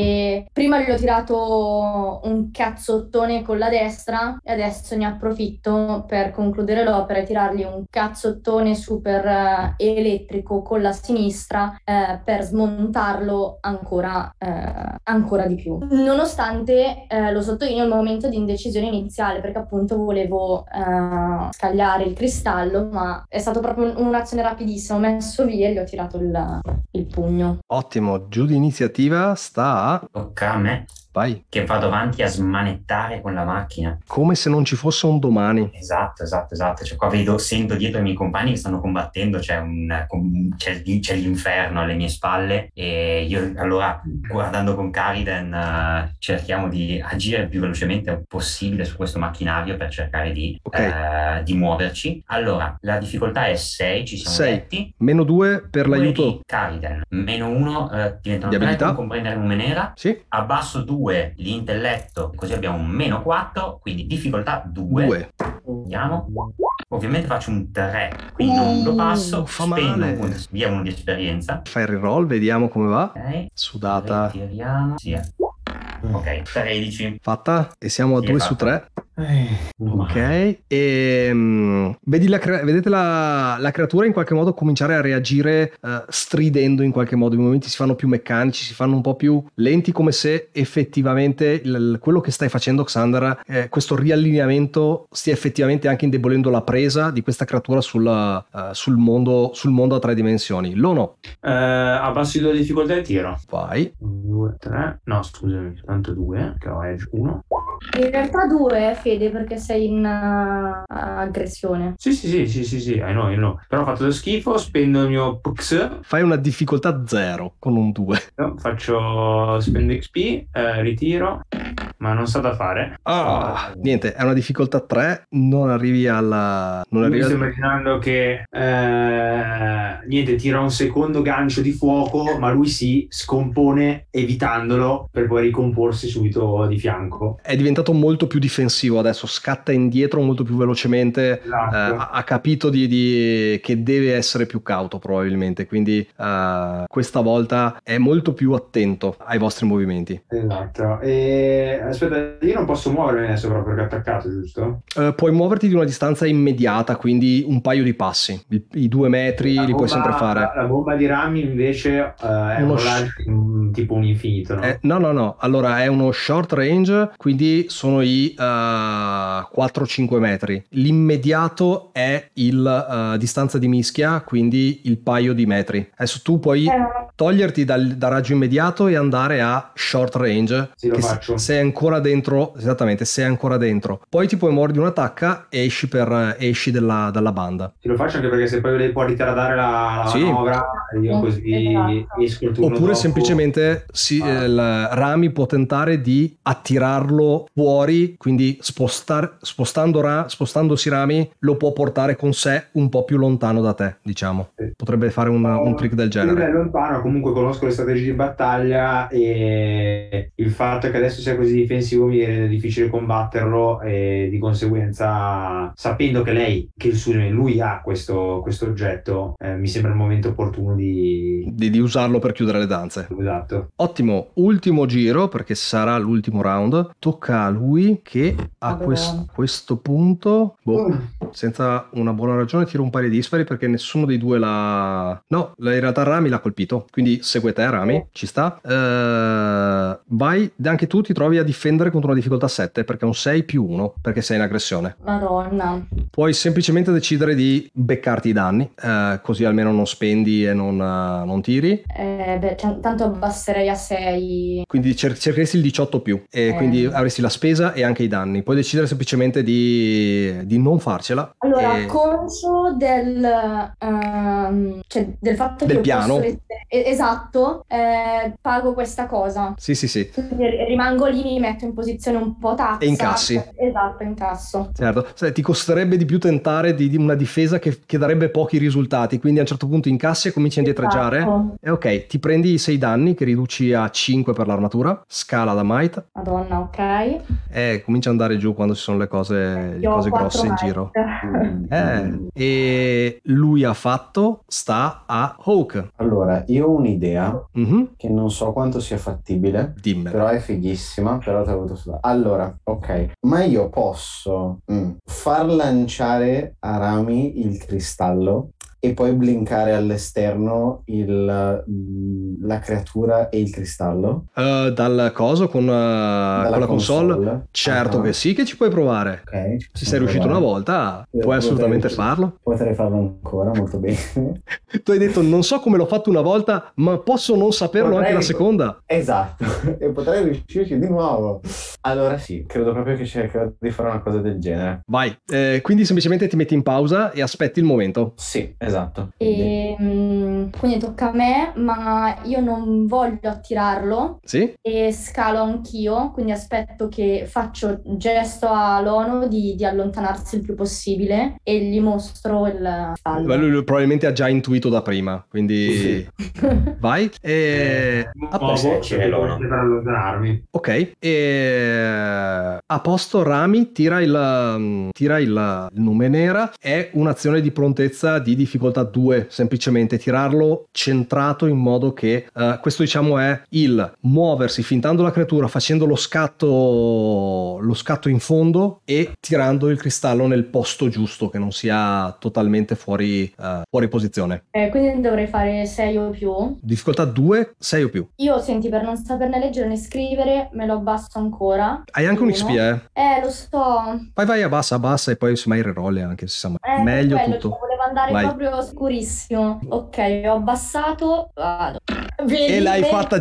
E prima gli ho tirato un cazzottone con la destra e adesso ne approfitto per concludere l'opera e tirargli un cazzottone super eh, elettrico con la sinistra eh, per smontarlo ancora, eh, ancora di più. Nonostante eh, lo sottolineo il momento di indecisione iniziale, perché appunto volevo eh, scagliare il cristallo, ma è stato proprio un- un'azione rapidissima. Ho messo via e gli ho tirato il, il pugno. Ottimo, giù di iniziativa sta a... Tocca a me Vai, che vado avanti a smanettare con la macchina. come se non ci fosse un domani. Esatto, esatto, esatto. Cioè, qua vedo, sento dietro i miei compagni che stanno combattendo, c'è, un, com- c'è, il- c'è l'inferno alle mie spalle e io allora, guardando con Kariden, eh, cerchiamo di agire il più velocemente possibile su questo macchinario per cercare di, Ok. eh, di muoverci. Allora, la difficoltà è sei, ci siamo sei. detti. Meno due per Due l'aiuto. di Kariden, meno uno eh, diventano Di tre abilità. con comprendere nume nera. Sì, Abbasso due l'intelletto, così abbiamo un meno quattro, quindi difficoltà due. due. Vediamo. Ovviamente faccio un tre, quindi non lo passo, Uh, fa spendo male. un punto via uno di esperienza. Fai il reroll, vediamo come va. Ok, Sudata. ritiriamo. Sì, eh. Ok, tredici. Fatta e siamo a Sì, due è su fatta. tre. Eh, Ok, e mm, vedi la crea- vedete la, la creatura in qualche modo cominciare a reagire eh, stridendo in qualche modo. I movimenti si fanno più meccanici, si fanno un po' più lenti, come se effettivamente il- quello che stai facendo, Xander, eh, questo riallineamento stia effettivamente anche indebolendo la presa di questa creatura sulla- eh, sul, mondo, sul mondo a tre dimensioni. Lono, Eh, abbasso di due difficoltà e tiro. vai. due, tre. No, scusami, tanto due, che ho edge uno. In realtà due, Fede, perché sei in uh, aggressione. Sì, sì, sì, sì, sì, sì, I know, I know. Però ho fatto lo schifo, spendo il mio P X, Fai una difficoltà zero con un due. no, faccio spendo X P, eh, ritiro, ma non sa da fare. Ah, niente, è una difficoltà tre, non arrivi alla... Non Io mi arrivi sto al- immaginando che eh, niente, tira un secondo gancio di fuoco, ma lui si scompone evitandolo per poi ricomporsi subito di fianco. È diventato molto più difensivo adesso, scatta indietro molto più velocemente, Esatto. eh, ha, ha capito di, di- che deve essere più cauto probabilmente, quindi eh, questa volta è molto più attento ai vostri movimenti. Esatto. E aspetta, io non posso muovermi adesso proprio perché è attaccato, giusto? Eh, puoi muoverti di una distanza immediata, quindi un paio di passi, I, i due metri La li puoi bomba- sempre fare. La, la bomba di rami invece eh, è Uno uno sh- mm, tipo un infinito, no? Eh, no, no, no, allora è uno short range, quindi sono i uh, quattro cinque metri. L'immediato è il uh, distanza di mischia, quindi il paio di metri. Adesso tu puoi Eh, toglierti dal, da raggio immediato e andare a short range. Sì, lo che se- faccio. sei ancora dentro, esattamente, sei ancora dentro. Poi ti puoi muovere di un'attacca e esci, per, esci della, dalla banda. Sì, lo faccio anche perché se poi lei può ritardare la, la Sì. manovra, io così Esatto. esco il turno Oppure dopo. semplicemente si, Ah. eh, il Rami può tentare di attirarlo fuori, quindi spostar, spostando ra- spostandosi Rami lo può portare con sé un po' più lontano da te, diciamo. Sì. Potrebbe fare un, un trick del Sì, beh, genere. lontano comunque conosco le strategie di battaglia e il fatto che adesso sia così difensivo mi rende difficile combatterlo, e di conseguenza, sapendo che lei, che il suo, lui ha questo, questo oggetto, eh, mi sembra il momento opportuno di... di... di usarlo per chiudere le danze. Esatto. Ottimo, ultimo giro, perché sarà l'ultimo round. Tocca a lui che a quest- questo punto, boh, mm. senza una buona ragione tiro un paio di dispari, perché nessuno dei due l'ha... No, in realtà Rami l'ha colpito, quindi segue te Rami, oh. ci sta. Uh, vai, anche tu ti trovi a difendere contro una difficoltà sette, perché è un sei più uno, perché sei in aggressione. Madonna. Puoi semplicemente decidere di beccarti i danni, uh, così almeno non spendi e non, uh, non tiri. Eh, beh, t- tanto abbasserei a sei. Quindi cer- cercheresti il diciotto più, e eh. quindi avresti la spesa e anche i danni. Puoi decidere semplicemente di, di non farcela. Allora, e... conscio del, um, cioè del fatto del che piano. Posso essere, esatto, eh, pago questa cosa. Sì, sì, sì. Quindi rimango lì, mi metto in posizione un po' tazza. E incassi. Esatto, incasso. Certo. Sai, ti costerebbe di più tentare di, di una difesa che, che darebbe pochi risultati, quindi a un certo punto incassi e cominci a indietreggiare. Esatto. E ok, ti prendi i sei danni che riduci a cinque per l'armatura, scala da might. Madonna, ok. E comincia ad andare giù quando ci sono le cose, le cose grosse in giro. Eh, e lui ha fatto, sta a Hawk. Allora, io ho un'idea mm-hmm. che non so quanto sia fattibile, Dimmelo. Però è fighissima, però te l'ho avuto sulla... Allora, ok, ma io posso mm, far lanciare a Rami il cristallo e poi blinkare all'esterno il, la creatura e il cristallo? Uh, dal coso con, uh, con la console? console? Certo uh-huh. che sì, che ci puoi provare. Okay, se sei riuscito provare. Una volta, Io puoi assolutamente potrei, farlo. Potrei farlo ancora, molto bene. Tu hai detto, non so come l'ho fatto una volta, ma posso non saperlo potrei, anche la seconda. Esatto, e potrei riuscirci di nuovo. Allora sì, credo proprio che cercherò di fare una cosa del genere. Vai, eh, quindi semplicemente ti metti in pausa e aspetti il momento. Sì, esatto. E, mh, quindi tocca a me, ma io non voglio attirarlo. Sì. E scalo anch'io, quindi aspetto che faccio gesto a Lono di, di allontanarsi il più possibile e gli mostro il fallo. Lui probabilmente ha già intuito da prima, quindi sì. Vai. E... a posto. Per allontanarmi. Ok. E... a posto, Rami tira il tira il, il nume nera. È un'azione di prontezza di difficoltà due, semplicemente tirarlo centrato in modo che uh, questo diciamo è il muoversi fintando la creatura, facendo lo scatto lo scatto in fondo e tirando il cristallo nel posto giusto, che non sia totalmente fuori uh, fuori posizione. Eh, quindi dovrei fare sei o più. Difficoltà due, sei o più. Io senti, per non saperne leggere né scrivere me lo abbasso ancora. Hai anche un X P, eh? Eh, lo so. Vai vai, abbassa, abbassa e poi semmai rerolle anche se sa eh, meglio quello, tutto. Cioè, volevo andare vai. Proprio scurissimo. Ok, ho abbassato, vado. Vedi, e l'hai fatta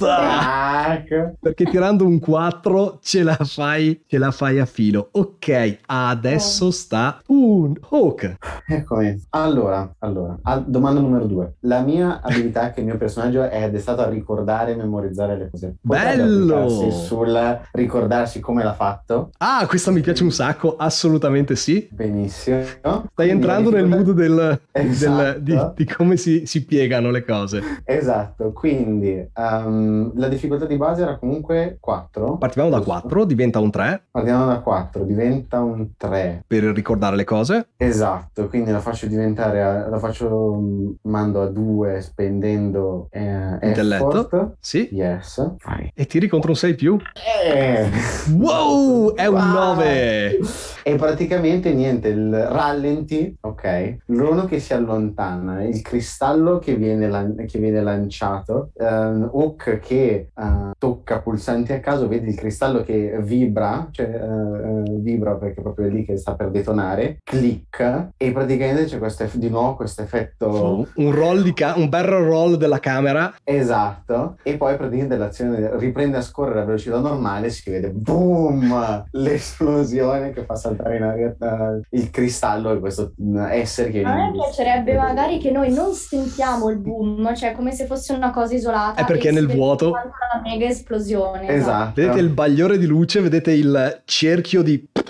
giusta perché tirando un quattro ce la fai ce la fai a filo. Ok, adesso oh. sta un Hawk. Eccomi. Allora, allora domanda numero due. La mia abilità che il mio personaggio è addestato a ricordare e memorizzare le cose. Potrebbe bello sul ricordarsi come l'ha fatto? Ah, questa mi piace un sacco, assolutamente sì. Benissimo. Stai quindi entrando nel mood del, esatto. del, di, di come si, si piegano le cose. Esatto, quindi um, la difficoltà di base era comunque quattro. Partiamo da quattro, diventa un tre. Partiamo da quattro, diventa un tre. Per ricordare le cose. Esatto, quindi la faccio diventare, a, la faccio, mando a due spendendo eh, intelletto. Effort. Sì. Yes. Vai. E tiri contro un sei più. Eh. Wow, è un wow. nove. E praticamente niente, il rallenti, ok, l'uno che si allontana, il cristallo che viene, lan- che viene lanciato, um, Hook che uh, tocca pulsanti a caso, vedi il cristallo che vibra, cioè uh, uh, vibra perché proprio è lì che sta per detonare, click e praticamente c'è questo eff- di nuovo questo effetto... Un roll di ca- un barrel roll della camera. Esatto, e poi praticamente l'azione riprende a scorrere a velocità normale, si vede boom, l'esplosione che fa saltare in aria uh, il cristallo e questo essere che... A me piacerebbe magari che noi non sentiamo il boom, cioè come se fosse una cosa isolata. È perché è nel vuoto. Una mega esplosione. Esatto. Vedete il bagliore di luce, vedete il cerchio di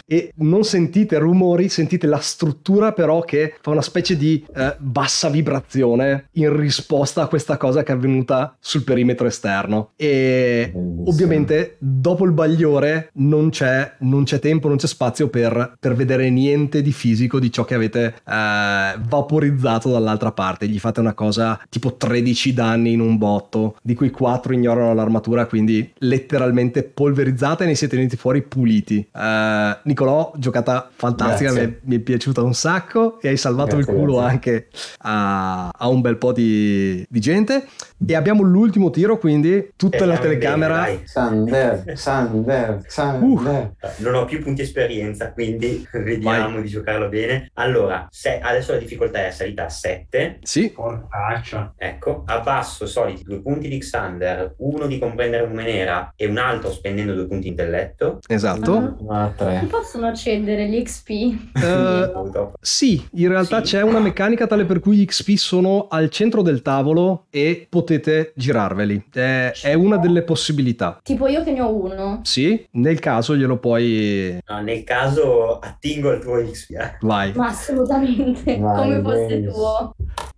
e non sentite rumori, sentite la struttura però che fa una specie di eh, bassa vibrazione in risposta a questa cosa che è avvenuta sul perimetro esterno. E Bellissimo. ovviamente dopo il bagliore non c'è, non c'è tempo, non c'è spazio per, per vedere niente di fisico di ciò che avete eh, vaporizzato dall'altra parte. Gli fate una cosa tipo tredici danni in un botto, di cui quattro ignorano l'armatura, quindi letteralmente polverizzate e ne siete venuti fuori puliti. Uh, Nicolò, giocata fantastica, mi, mi è piaciuta un sacco e hai salvato Grazie, il culo grazie. anche a, a un bel po' di, di gente. E abbiamo l'ultimo tiro, quindi tutta la Speriamo telecamera. bene, dai. Sander, Sander, Sander. Non ho più punti esperienza, quindi vediamo Vai. di giocarlo bene. Allora, se, adesso la difficoltà è salita a sette. Sì, Porcaccia. Ecco, abbasso soliti due punti di Xander, uno di comprendere Numenera e un altro spendendo due punti intelletto. esatto. Ah, Non tre. possono accedere gli X P. Eh, Dopo. Sì, in realtà Sì. c'è una meccanica tale per cui gli X P sono al centro del tavolo e potete girarveli. È, è una delle possibilità. Tipo io che ne ho uno. Sì, nel caso glielo puoi... No, nel caso attingo al tuo X P. eh. Vai. Ma assolutamente, Vai, come fosse Grace. tuo.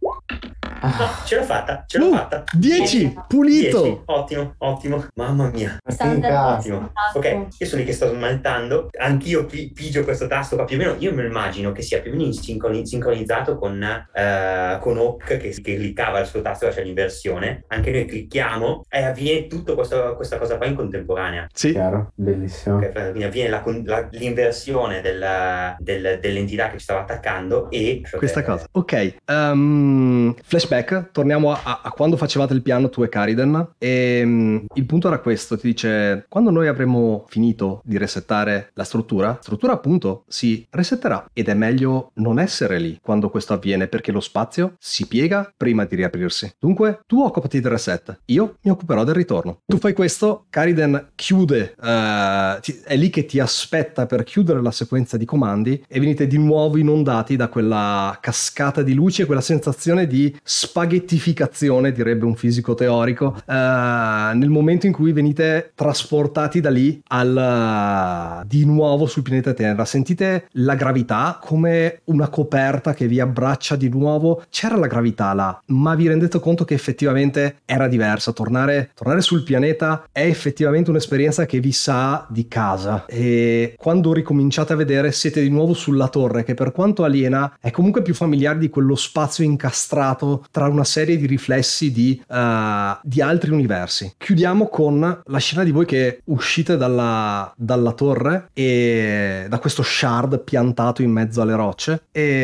No, ce l'ho fatta, ce l'ho Uh, fatta. dieci, pulito. dieci, ottimo, ottimo. Mamma mia. Fatica. Ottimo. Ok, io sono lì che sto smaltando, anch'io pi- pigio questo tasto qua più o meno, io me lo immagino che sia più o meno in sincroni- sincronizzato con, eh, con Hawk che, che cliccava il suo tasto e faceva l'inversione, anche noi clicchiamo e avviene tutto questo, questa cosa qua in contemporanea. Sì. Chiaro, bellissimo. Ok, quindi avviene la con- la- l'inversione del- del- dell'entità che ci stava attaccando e... Questa cosa. Ok, um, flashback, torniamo a, a quando facevate il piano tu e Kariden. E um, il punto era questo, ti dice, quando noi avremo finito di resettare la struttura, la struttura appunto si resetterà ed è meglio non essere lì quando questo avviene perché lo spazio si piega prima di riaprirsi. Dunque, tu occupati del reset, io mi occuperò del ritorno. Tu fai questo, Kariden chiude, uh, ti- è lì che ti aspetta per chiudere la sequenza di comandi e venite di nuovo inondati da quella cascata di luce e quella sensazione di spaghettificazione, direbbe un fisico teorico, uh, nel momento in cui venite trasportati da lì al, di nuovo sul pianeta Terra. Sentite la gravità come una coperta che vi abbraccia di nuovo. C'era la gravità là, ma vi rendete conto che effettivamente era diversa. Tornare, tornare sul pianeta è effettivamente un'esperienza che vi sa di casa, e quando ricominciate a vedere siete di nuovo sulla torre che, per quanto aliena, è comunque più familiare di quello spazio incastrato tra una serie di riflessi di, uh, di altri universi. Chiudiamo con la scena di voi che uscite dalla, dalla torre e da questo shard piantato in mezzo alle rocce,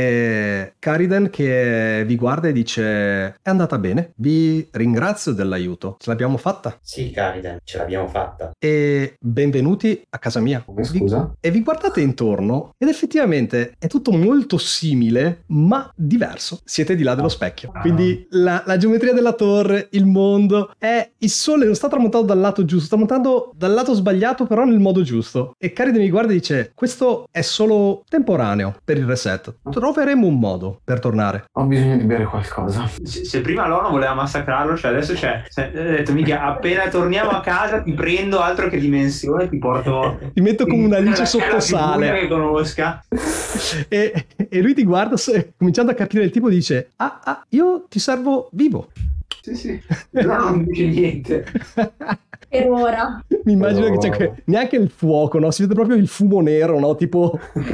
e Kariden che vi guarda e dice: è andata bene, vi ringrazio dell'aiuto, ce l'abbiamo fatta Sì, Kariden, ce l'abbiamo fatta. e benvenuti a casa mia. Come, scusa? E vi guardate intorno ed effettivamente è tutto molto simile ma diverso. Siete di là dello specchio, quindi la, la geometria della torre, il mondo, è il sole non sta tramontando dal lato giusto, sta tramontando dal lato sbagliato però nel modo giusto. E Kariden mi guarda e dice: questo è solo temporaneo per il reset, troveremo un modo per tornare. Ho bisogno di bere qualcosa. Se, se prima l'Ono voleva massacrarlo, cioè adesso c'è. Se, ho detto, mica, appena torniamo a casa ti prendo, altro che dimensione, ti porto. Ti metto come una lice nella sotto scala più buia sale. che conosca. e, e lui ti guarda, se, cominciando a capire il tipo, dice: ah, ah, io ti servo vivo. Sì, sì. Però non dice niente. Per ora. Mi immagino Oh. che c'è que- neanche il fuoco, no? Si vede proprio il fumo nero, no? Tipo,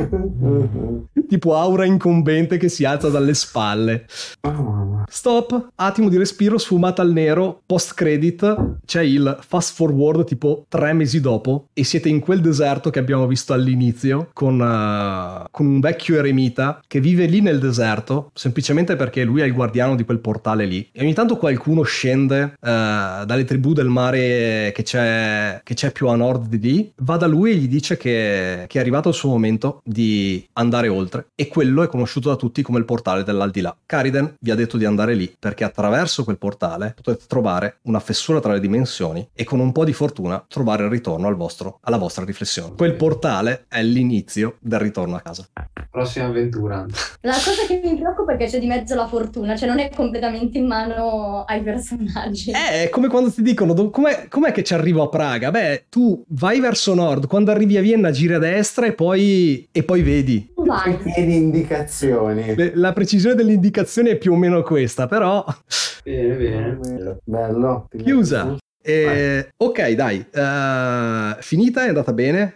tipo aura incombente che si alza dalle spalle. Oh, mamma. Stop, attimo di respiro, sfumata al nero, post credit, c'è il fast forward tipo tre mesi dopo e siete in quel deserto che abbiamo visto all'inizio con, uh, con un vecchio eremita che vive lì nel deserto semplicemente perché lui è il guardiano di quel portale lì, e ogni tanto qualcuno scende uh, dalle tribù del mare che c'è, che c'è più a nord di lì, va da lui e gli dice che, che è arrivato il suo momento di andare oltre, e quello è conosciuto da tutti come il portale dell'aldilà. Kariden vi ha detto di andare lì perché attraverso quel portale potete trovare una fessura tra le dimensioni e con un po' di fortuna trovare il ritorno al vostro, alla vostra riflessione. Quel portale è l'inizio del ritorno a casa. Prossima avventura. La cosa che mi preoccupa è che c'è di mezzo la fortuna, cioè non è completamente in mano ai personaggi. È come quando ti dicono: "Do- com'è, com'è che che ci arrivo a Praga? Beh, tu vai verso nord, quando arrivi a Vienna giri a destra e poi, e poi vedi. Vai. Chiedi indicazioni. Le- La precisione delle indicazioni è più o meno questa, però Bene, bene. Bello. Bello. chiusa. Eh, ok, dai, eh, finita, è andata bene.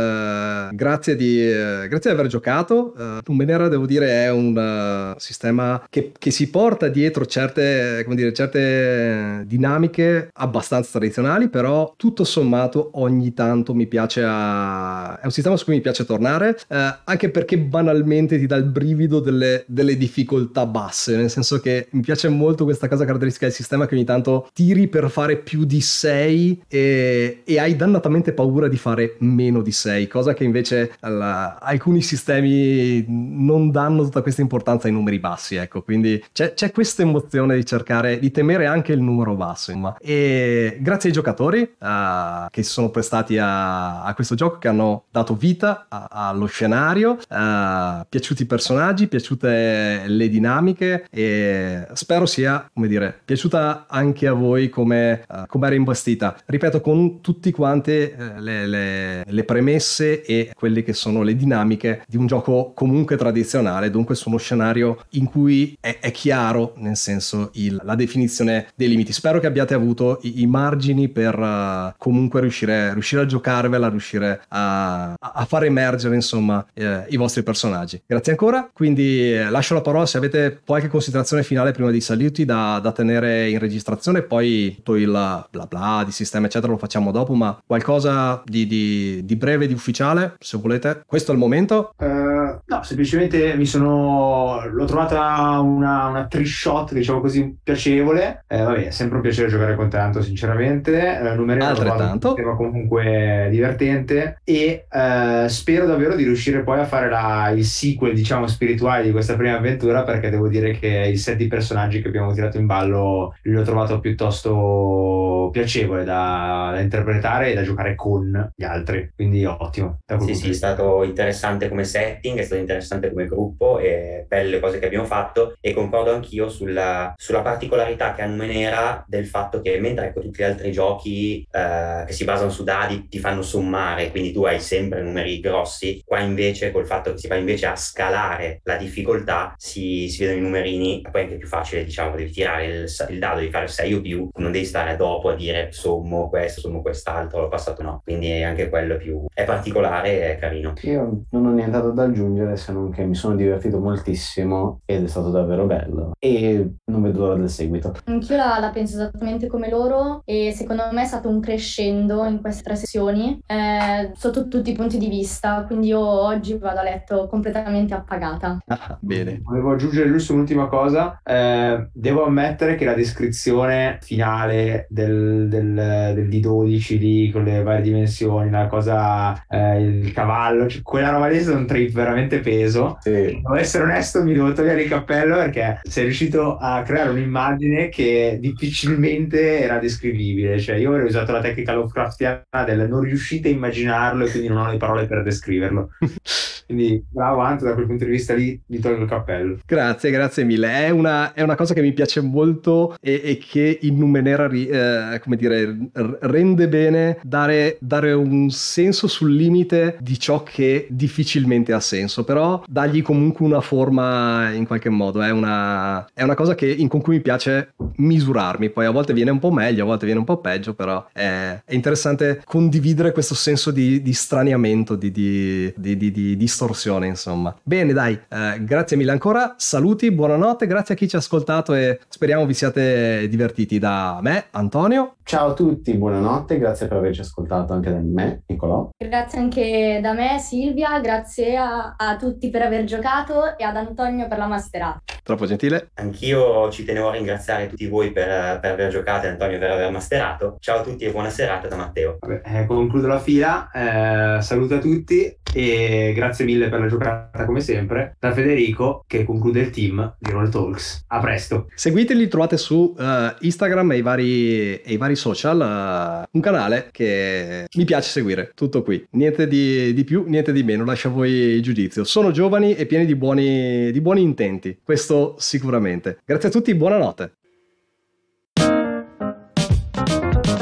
Eh, grazie, di, eh, grazie di aver giocato. Uh, Numenera, devo dire, è un uh, sistema che, che si porta dietro certe, come dire, certe dinamiche abbastanza tradizionali, però tutto sommato ogni tanto mi piace. A... È un sistema su cui mi piace tornare, eh, anche perché banalmente ti dà il brivido delle, delle difficoltà basse, nel senso che mi piace molto questa cosa caratteristica del sistema, che ogni tanto tiri per fare più di sei e, e hai dannatamente paura di fare meno di sei, cosa che invece alla, alcuni sistemi non danno tutta questa importanza ai numeri bassi, ecco, quindi c'è, c'è questa emozione di cercare di temere anche il numero basso, insomma. E grazie ai giocatori uh, che si sono prestati a, a questo gioco, che hanno dato vita a, allo scenario, uh, piaciuti i personaggi, piaciute le dinamiche, e spero sia, come dire, piaciuta anche a voi come, uh, come era imbastita, ripeto, con tutti quanti eh, le, le, le premesse e quelle che sono le dinamiche di un gioco comunque tradizionale, dunque su uno scenario in cui è, è chiaro, nel senso, il, la definizione dei limiti. Spero che abbiate avuto i, i margini per uh, comunque riuscire, riuscire a giocarvela, riuscire a, a far emergere, insomma, eh, i vostri personaggi. Grazie ancora, quindi eh, lascio la parola se avete qualche considerazione finale prima dei saluti da, da tenere in registrazione, poi tutto il bla bla di sistema eccetera lo facciamo dopo, ma qualcosa di, di, di breve, di ufficiale, se volete. Questo è il momento. Uh, no, semplicemente mi sono l'ho trovata una, una trick shot, diciamo così, piacevole. Eh, vabbè, è sempre un piacere giocare con tanto, sinceramente. Eh, Numenera Altrettanto. un tema comunque divertente, e uh, spero davvero di riuscire poi a fare la, il sequel, diciamo, spirituale di questa prima avventura, perché devo dire che il set di personaggi che abbiamo tirato in ballo l'ho trovato piuttosto piacevole da, da interpretare e da giocare con gli altri, quindi ottimo. Sì, sì, è stato interessante come setting, è stato interessante come gruppo, e belle cose che abbiamo fatto, e concordo anch'io sulla, sulla particolarità che ha Numenera del fatto che, mentre ecco tutti gli altri giochi eh, che si basano su dadi ti fanno sommare, quindi tu hai sempre numeri grossi, qua invece col fatto che si va invece a scalare la difficoltà si, si vedono i numerini, poi è anche più facile, diciamo, devi tirare il, il dado, devi fare sei o più, non devi stare dopo a dire sommo questo, sommo quest'altro, l'ho passato, no, quindi anche quello più è particolare e è carino. Io non ho nient'altro da aggiungere, se non che mi sono divertito moltissimo ed è stato davvero bello, e non vedo l'ora del seguito. Anch'io la, la penso esattamente come loro, e secondo me è stato un crescendo in queste tre sessioni eh, sotto tutti i punti di vista, quindi io oggi vado a letto completamente appagata. Ah, bene. Volevo aggiungere giusto un'ultima cosa. Eh, devo ammettere che la descrizione finale del, del, del D dodici lì con le varie dimensioni, la cosa, eh, il cavallo, cioè, quella roba lì è stato un trip veramente peso. Sì. Devo essere onesto, mi devo togliere il cappello, perché sei riuscito a creare un'immagine che difficilmente era descrivibile. Cioè, io avrei usato la tecnica Lovecraftiana del non riuscite a immaginarlo e quindi non ho le parole per descriverlo. Quindi bravo Anto, da quel punto di vista lì mi tolgo il cappello. Grazie, grazie mille. È una, è una cosa che mi piace molto e, e che in Numenera eh, come dire, r- rende bene dare, dare un senso sul limite di ciò che difficilmente ha senso, però dargli comunque una forma in qualche modo. È una, è una cosa che, in, con cui mi piace misurarmi. Poi a volte viene un po' meglio, a volte viene un po' peggio, però è, è interessante condividere questo senso di, di straniamento, di, di, di, di, di distorsione, insomma. Bene, dai, eh, grazie mille ancora, saluti, buonanotte, grazie a chi ci ha ascoltato e speriamo vi siate divertiti. Da me, Antonio. Ciao a tutti, buonanotte, grazie per averci ascoltato anche da me, Nicolò. Grazie anche da me, Silvia, grazie a, a tutti per aver giocato e ad Antonio per la masterata. Troppo gentile. Anch'io ci tenevo a ringraziare tutti voi per, per aver giocato e Antonio per aver masterato. Ciao a tutti e buona serata da Matteo. Vabbè, eh, concludo la fila, eh, saluto a tutti e grazie mille per la giocata come sempre, da Federico che conclude il team di Roll Talks. A presto. Seguiteli, trovate su uh, Instagram e i vari, e i vari social uh, un canale che mi piace seguire. Tutto qui, niente di, di più, niente di meno, lascio a voi il giudizio. Sono giovani e pieni di buoni, di buoni intenti, questo sicuramente. Grazie a tutti, buonanotte.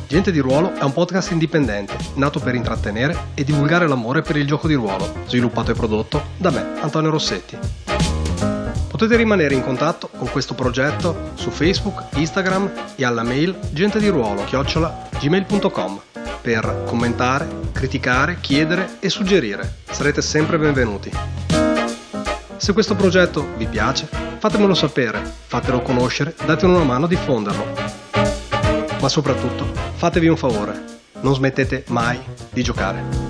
Gente di Ruolo è un podcast indipendente, nato per intrattenere e divulgare l'amore per il gioco di ruolo, sviluppato e prodotto da me, Antonio Rossetti. Potete rimanere in contatto con questo progetto su Facebook, Instagram e alla mail gentediruolo chiocciola gmail punto com per commentare, criticare, chiedere e suggerire. Sarete sempre benvenuti. Se questo progetto vi piace, fatemelo sapere, fatelo conoscere, datene una mano a diffonderlo. Ma soprattutto, fatevi un favore, non smettete mai di giocare.